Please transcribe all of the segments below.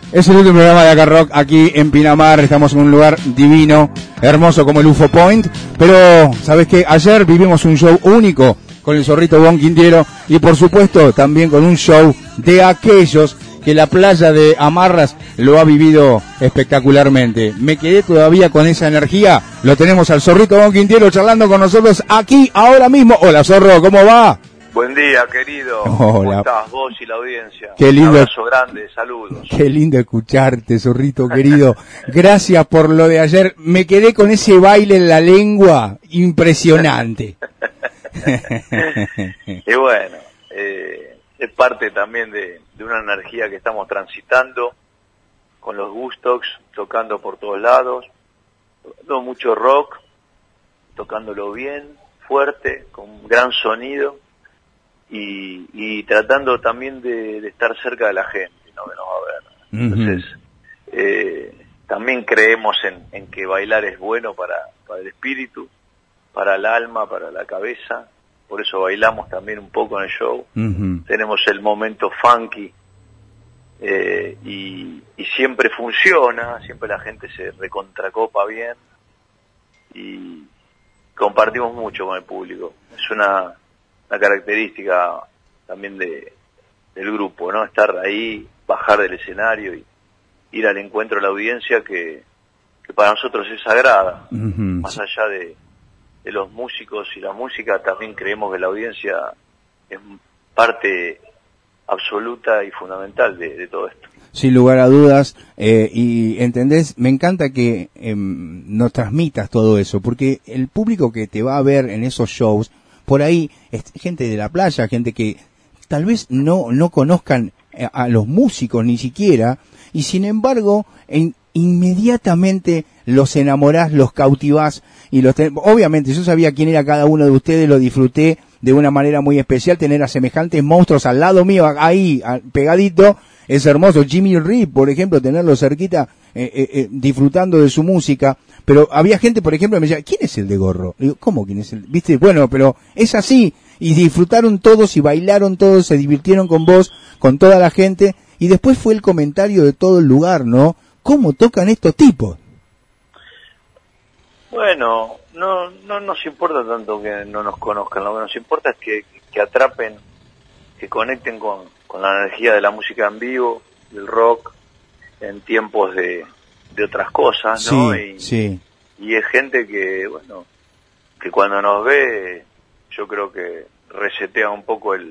Es el último programa de Acá Rock aquí en Pinamar. Estamos en un lugar divino, hermoso como el UFO Point. Pero, ¿sabes qué? Ayer vivimos un show único con el Zorrito Bon Quintiero y, por supuesto, también con un show de aquellos que la playa de Amarras lo ha vivido espectacularmente. Me quedé todavía con esa energía. Lo tenemos al Zorrito Bon Quintiero charlando con nosotros aquí, ahora mismo. Hola, Zorro, ¿cómo va? Buen día, querido. Hola. ¿Cómo estás, vos y la audiencia? Qué lindo. Un abrazo grande, saludos. Qué lindo escucharte, Zorrito querido. Gracias por lo de ayer. Me quedé con ese baile en la lengua impresionante. Y bueno, es parte también de una energía que estamos transitando con los Gustox, tocando por todos lados, tocando mucho rock, tocándolo bien, fuerte, con gran sonido. Y tratando también de estar cerca de la gente, ¿no? Que nos va a ver. Entonces, también creemos en que bailar es bueno para el espíritu, para el alma, para la cabeza. Por eso bailamos también un poco en el show. Tenemos el momento funky y siempre funciona, siempre la gente se recontracopa bien y compartimos mucho con el público. Es una característica también del grupo, ¿no? Estar ahí, bajar del escenario y ir al encuentro de la audiencia que para nosotros es sagrada. Más allá de los músicos y la música, también creemos que la audiencia es parte absoluta y fundamental de todo esto. Sin lugar a dudas, y ¿entendés? Me encanta que nos transmitas todo eso, porque el público que te va a ver en esos shows, por ahí, es gente de la playa, gente que tal vez no conozcan a los músicos ni siquiera, y sin embargo, inmediatamente los enamorás, los cautivás, y obviamente yo sabía quién era cada uno de ustedes, lo disfruté de una manera muy especial, tener a semejantes monstruos al lado mío, ahí, pegadito, es hermoso. Jimmy Reed, por ejemplo, tenerlo cerquita, disfrutando de su música. Pero había gente, por ejemplo, que me decía, ¿quién es el de gorro? Digo, ¿cómo quién es el? ¿Viste? Bueno, pero es así. Y disfrutaron todos y bailaron todos, se divirtieron con vos, con toda la gente. Y después fue el comentario de todo el lugar, ¿no? ¿Cómo tocan estos tipos? Bueno, no nos importa tanto que no nos conozcan. Lo que nos importa es que atrapen, que conecten con la energía de la música en vivo, del rock, en tiempos de otras cosas, ¿no? Sí. Y es gente que, bueno, que cuando nos ve, yo creo que resetea un poco el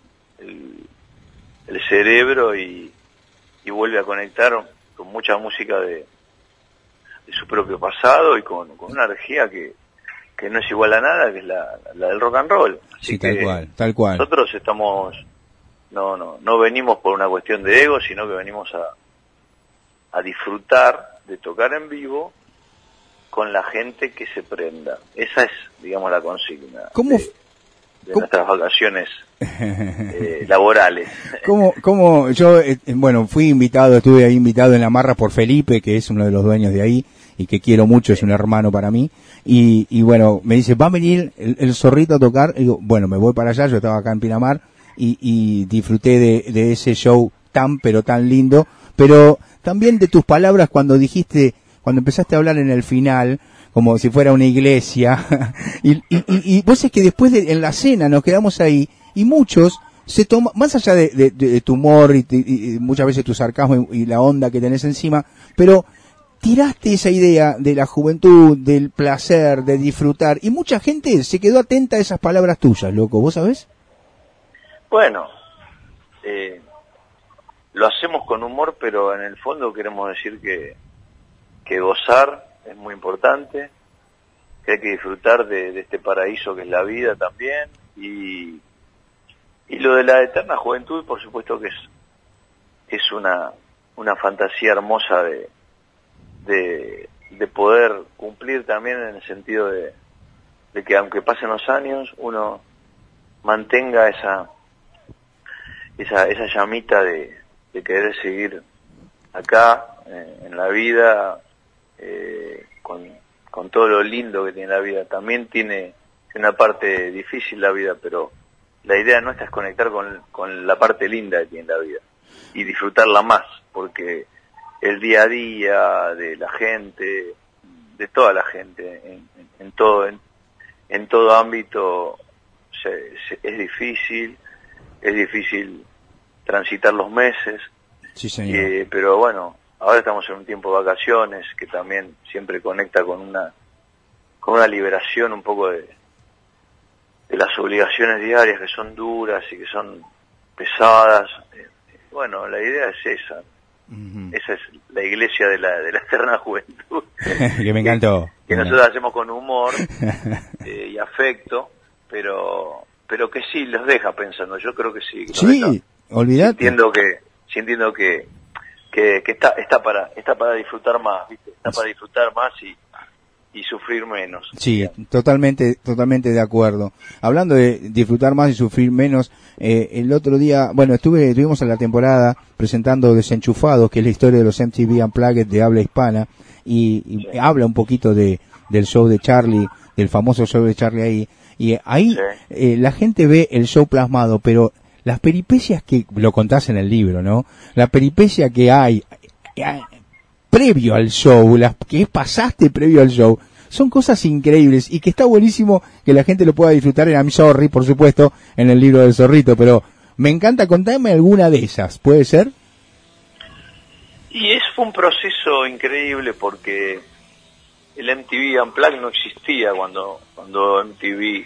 cerebro y vuelve a conectar con mucha música de su propio pasado y con una energía que no es igual a nada, que es la del rock and roll. Así sí, que tal cual. Nosotros estamos, no venimos por una cuestión de ego, sino que venimos a disfrutar de tocar en vivo con la gente que se prenda. Esa es, digamos, la consigna de nuestras vacaciones laborales. ¿Cómo? Yo, fui invitado, estuve ahí invitado en la Marra por Felipe, que es uno de los dueños de ahí y que quiero mucho, es un hermano para mí. Y bueno, me dice, ¿va a venir el Zorrito a tocar? Y digo, bueno, me voy para allá, yo estaba acá en Pinamar y disfruté de ese show pero tan lindo. Pero también de tus palabras cuando empezaste a hablar en el final, como si fuera una iglesia, y vos es que después en la cena nos quedamos ahí, y muchos se toman, más allá de tu humor y muchas veces tu sarcasmo y la onda que tenés encima, pero tiraste esa idea de la juventud, del placer, de disfrutar, y mucha gente se quedó atenta a esas palabras tuyas, loco, ¿vos sabés? Bueno, lo hacemos con humor, pero en el fondo queremos decir que gozar es muy importante, que hay que disfrutar de este paraíso que es la vida también, y lo de la eterna juventud, por supuesto que es una fantasía hermosa de poder cumplir también, en el sentido de que aunque pasen los años, uno mantenga esa llamita de querer seguir acá, en la vida, con todo lo lindo que tiene la vida. También tiene una parte difícil la vida, pero la idea nuestra es conectar con la parte linda que tiene la vida y disfrutarla más, porque el día a día de la gente, de toda la gente, en todo ámbito es difícil transitar los meses, sí, señor. pero bueno, ahora estamos en un tiempo de vacaciones que también siempre conecta con una liberación un poco de las obligaciones diarias que son duras y que son pesadas. Bueno, la idea es esa. Uh-huh. Esa es la iglesia de la eterna juventud. Que me encantó. Que nosotros hacemos con humor y afecto, pero que sí los deja pensando. Yo creo que sí. Que sí, olvídate. Sintiendo que está para disfrutar más, ¿viste? Está para disfrutar más y sufrir menos. Sí, totalmente de acuerdo. Hablando de disfrutar más y sufrir menos, el otro día, bueno, estuvimos en la temporada presentando Desenchufados, que es la historia de los MTV Unplugged de habla hispana, y sí, habla un poquito del show de Charlie, del famoso show de Charlie ahí, y ahí sí, la gente ve el show plasmado, pero las peripecias que lo contás en el libro, ¿no? La peripecia que hay previo al show, las que pasaste previo al show, son cosas increíbles y que está buenísimo que la gente lo pueda disfrutar en I'm Sorry, por supuesto, en el libro del Zorrito, pero me encanta, contarme alguna de esas, ¿puede ser? Y fue un proceso increíble porque el MTV Unplugged no existía cuando MTV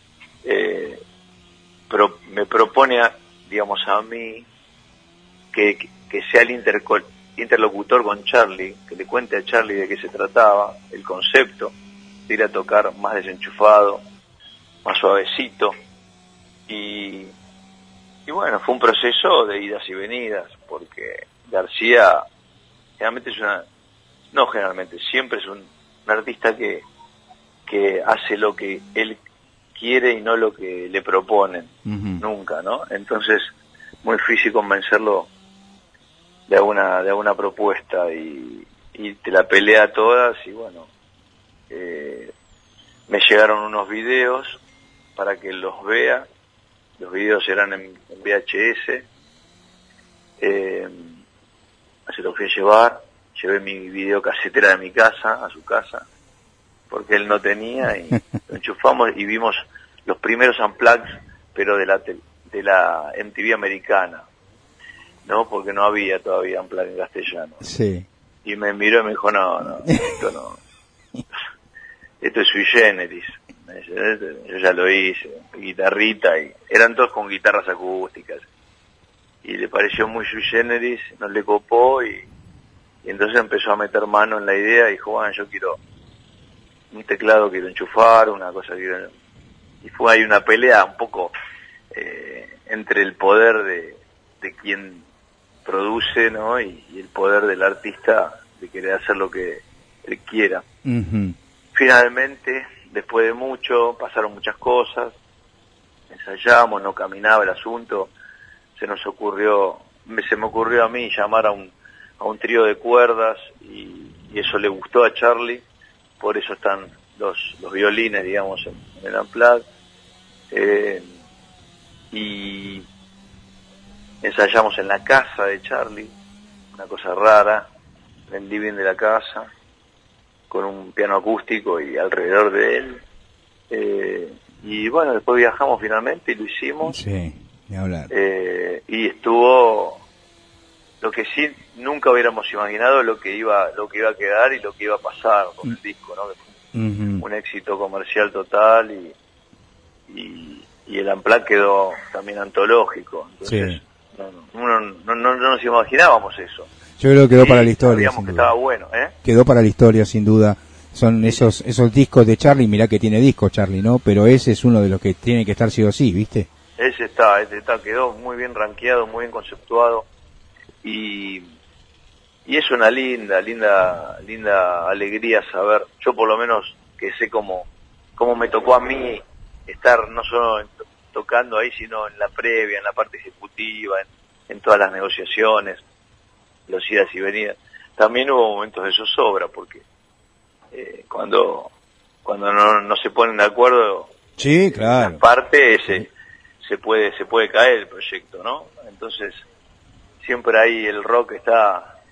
me propone, digamos, a mí que sea el interlocutor con Charlie, que le cuente a Charlie de qué se trataba, el concepto, de ir a tocar más desenchufado, más suavecito, y bueno, fue un proceso de idas y venidas, porque García siempre es un artista que hace lo que él quiere y no lo que le proponen, uh-huh, nunca, ¿no? Entonces, muy difícil convencerlo de alguna propuesta y te la pelea todas y bueno, me llegaron unos videos para que los vea. Los videos eran en VHS, se los fui a llevé mi videocasetera de mi casa a su casa porque él no tenía y lo enchufamos y vimos los primeros unplugs, pero de la MTV americana, ¿no? Porque no había todavía un plan en castellano. Sí. Y me miró y me dijo, no, esto no. Esto es sui generis. Yo ya lo hice, guitarrita, y eran todos con guitarras acústicas. Y le pareció muy sui generis, no le copó, y entonces empezó a meter mano en la idea y dijo, bueno, yo quiero un teclado, quiero enchufar, una cosa quiero... Y fue ahí una pelea un poco entre el poder de quien produce, ¿no? Y el poder del artista de querer hacer lo que él quiera. Uh-huh. Finalmente, después de mucho, pasaron muchas cosas, ensayamos, no caminaba el asunto, se me ocurrió a mí llamar a un trío de cuerdas y eso le gustó a Charlie, por eso están los violines, digamos, en el Unplugged, y ensayamos en la casa de Charlie, una cosa rara, en el living de la casa, con un piano acústico y alrededor de él. Y bueno, después viajamos finalmente y lo hicimos. Sí, ni hablar. Y estuvo lo que sí nunca hubiéramos imaginado, lo que iba a quedar y lo que iba a pasar con el disco, ¿no? Que fue un éxito comercial total y el Unplugged quedó también antológico. Entonces, sí, no nos imaginábamos eso. Yo creo que quedó para la historia. Sabíamos que estaba bueno, Quedó para la historia, sin duda. Son esos discos de Charlie, mirá que tiene discos Charlie, ¿no? Pero ese es uno de los que tiene que estar sí o sí, ¿viste? Ese está, quedó muy bien rankeado, muy bien conceptuado y es una linda alegría saber, yo por lo menos que sé cómo me tocó a mí estar no solo tocando ahí, sino en la previa, en la parte ejecutiva, en todas las negociaciones, los idas y venidas. También hubo momentos de zozobra, porque cuando no se ponen de acuerdo, sí, claro, en parte se puede caer el proyecto, ¿no? Entonces siempre ahí el rock está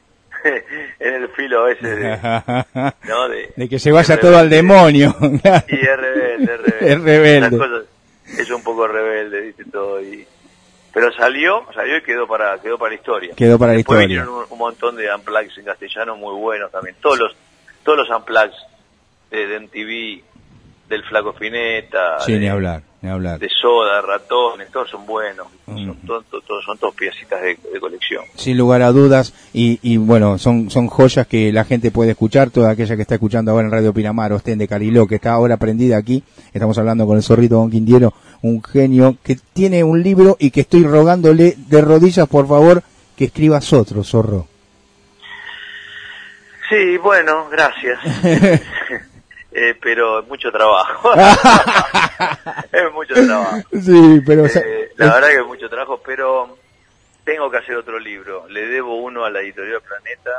en el filo ese ¿no? de que se vaya todo al demonio. Y es rebelde. Es rebelde. Es un poco rebelde, dice todo. Pero salió y quedó para la historia. Quedó para la Después historia. vinieron un montón de unplugs en castellano muy buenos también. Todos los unplugs de MTV, del Flaco Fineta, sí, ni hablar. De Soda, Ratones, todos son buenos. Son todos piecitas de colección. Sin lugar a dudas, y bueno, son joyas que la gente puede escuchar, toda aquella que está escuchando ahora en Radio Pinamar o estén de Cariló, que está ahora prendida aquí. Estamos hablando con el Zorrito Don Quintiero, un genio que tiene un libro y que estoy rogándole de rodillas, por favor, que escribas otro, Zorro. Sí, bueno, gracias. Pero es mucho trabajo. Es mucho trabajo. Sí, pero la verdad que es mucho trabajo, pero tengo que hacer otro libro. Le debo uno a la editorial Planeta,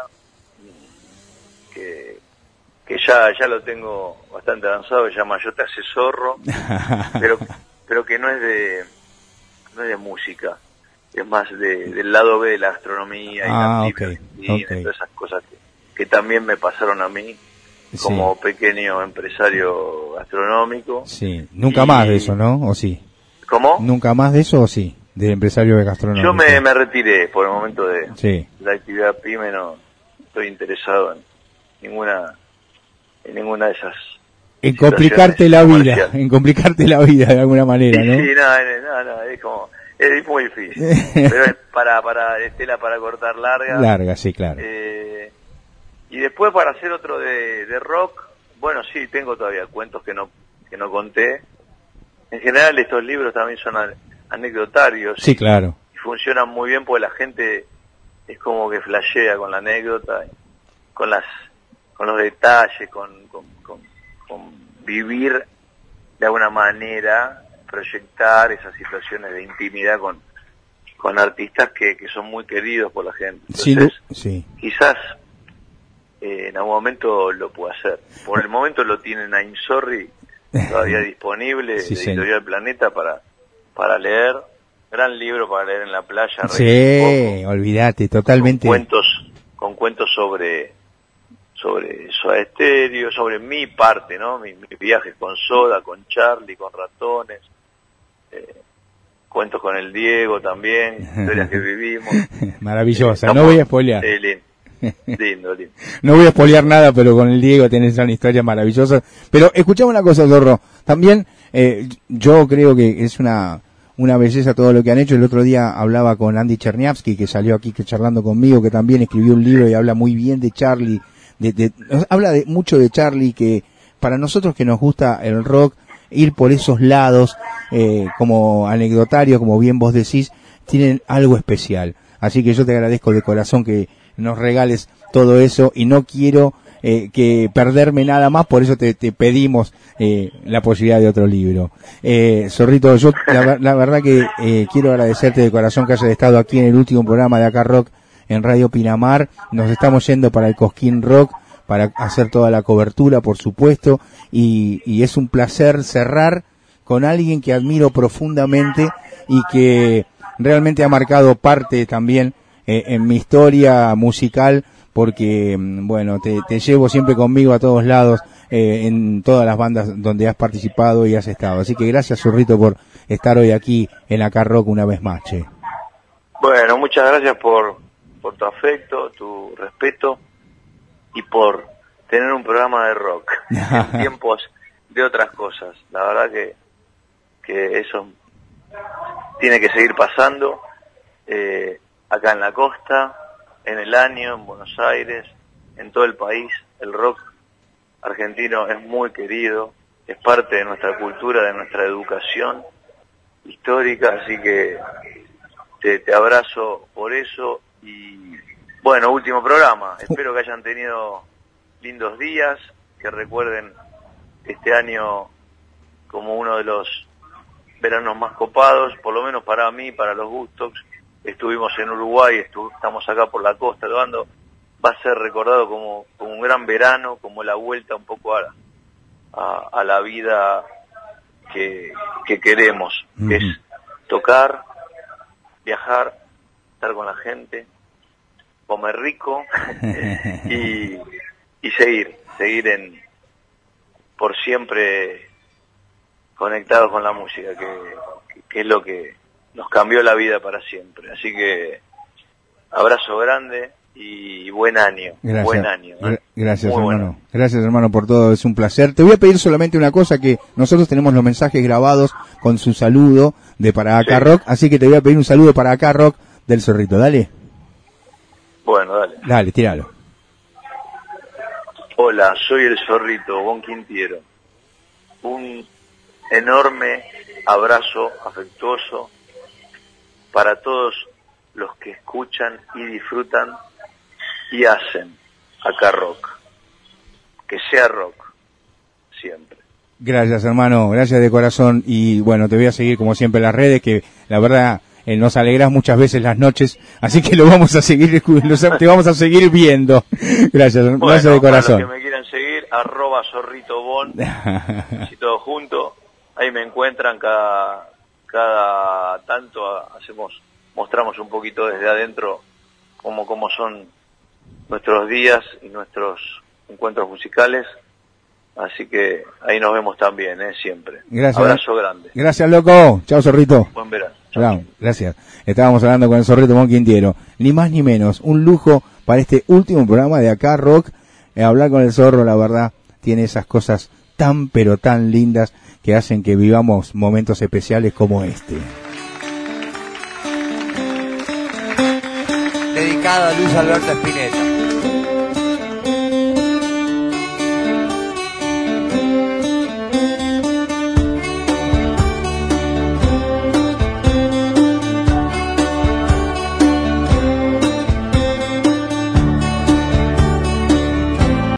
que ya lo tengo bastante avanzado, se llama Yo te asesoro, pero que no es de música, es más del lado B de la gastronomía y okay. todas esas cosas que también me pasaron a mí. Como pequeño empresario gastronómico. Sí, nunca más de eso, ¿no? ¿O sí? ¿Cómo? ¿Nunca más de eso o sí? De empresario gastronómico. Yo me retiré por el momento de la actividad PYME, no estoy interesado en ninguna de esas. En complicarte la vida, de alguna manera, ¿no? Sí, no, es muy difícil. Pero es para tela para cortar larga. Larga, sí, claro. Y después para hacer otro de rock, bueno, sí, tengo todavía cuentos que no conté. En general estos libros también son anecdotarios. Sí, claro. Y funcionan muy bien porque la gente es como que flashea con la anécdota, con los detalles, con vivir de alguna manera, proyectar esas situaciones de intimidad con artistas que son muy queridos por la gente. Entonces, sí. Quizás en algún momento lo puedo hacer. Por el momento lo tienen a Insorri todavía disponible, sí, de Editorial Planeta, para leer. Gran libro para leer en la playa. Sí, olvídate, totalmente. Con cuentos sobre Soda Stereo, sobre mi parte, ¿no? Mis viajes con Soda, con Charlie, con Ratones, cuentos con el Diego también, historias que vivimos. Maravillosa, no voy a spoilear. Lindo. No voy a spoilear nada, pero con el Diego tenés una historia maravillosa. Pero escuchame una cosa, Zorro. También yo creo que es una belleza todo lo que han hecho. El otro día hablaba con Andy Cherniavsky, que salió aquí charlando conmigo, que también escribió un libro y habla muy bien de Charlie. Habla mucho de Charlie, que para nosotros que nos gusta el rock, ir por esos lados, como anecdotario, como bien vos decís, tienen algo especial. Así que yo te agradezco de corazón que nos regales todo eso, y no quiero que perderme nada más, por eso te pedimos la posibilidad de otro libro. Zorrito, yo la verdad que quiero agradecerte de corazón que hayas estado aquí en el último programa de Acá Rock en Radio Pinamar. Nos estamos yendo para el Cosquín Rock para hacer toda la cobertura, por supuesto, y es un placer cerrar con alguien que admiro profundamente y que realmente ha marcado parte también en mi historia musical, porque bueno, te llevo siempre conmigo a todos lados, en todas las bandas donde has participado y has estado. Así que gracias, Zorrito, por estar hoy aquí en Acá Rock una vez más, che. Bueno, muchas gracias por tu afecto, tu respeto y por tener un programa de rock en tiempos de otras cosas. La verdad que eso tiene que seguir pasando. Acá en la costa, en el año, en Buenos Aires, en todo el país, el rock argentino es muy querido, es parte de nuestra cultura, de nuestra educación histórica, así que te abrazo por eso. Y bueno, último programa, espero que hayan tenido lindos días, que recuerden este año como uno de los veranos más copados, por lo menos para mí, para los Woodstocks. Estuvimos en Uruguay, estamos acá por la costa, tocando. Va a ser recordado como un gran verano, como la vuelta un poco a la vida que queremos, que es tocar, viajar, estar con la gente comer rico y seguir por siempre conectados con la música, que es lo que nos cambió la vida para siempre. Así que abrazo grande y buen año. Gracias. Buen año. Gracias, muy hermano. bueno. Gracias, hermano, por todo. Es un placer. Te voy a pedir solamente una cosa, que nosotros tenemos los mensajes grabados con su saludo de Para Acá Rock, así que te voy a pedir un saludo para Acá Rock del Zorrito. Dale. Bueno, dale. Dale, tíralo. Hola, soy el Zorrito, Bon Quintiero. Un enorme abrazo afectuoso para todos los que escuchan y disfrutan y hacen Acá Rock. Que sea rock, siempre. Gracias, hermano, gracias de corazón. Y bueno, te voy a seguir como siempre en las redes, que la verdad nos alegras muchas veces las noches, así que lo vamos a seguir, te vamos a seguir viendo. Gracias, bueno, gracias de corazón. Para los que me quieran seguir, @zorritobon, y todo junto, ahí me encuentran cada tanto mostramos un poquito desde adentro cómo son nuestros días y nuestros encuentros musicales, así que ahí nos vemos también, siempre. Gracias. Abrazo grande. Gracias, loco. Chao, Zorrito. Buen verano. Chao. Gracias. Estábamos hablando con el Zorrito Bon Quintiero. Ni más ni menos, un lujo para este último programa de Acá Rock. Hablar con el Zorro, la verdad, tiene esas cosas tan pero tan lindas que hacen que vivamos momentos especiales como este. Dedicado a Luis Alberto Spinetta.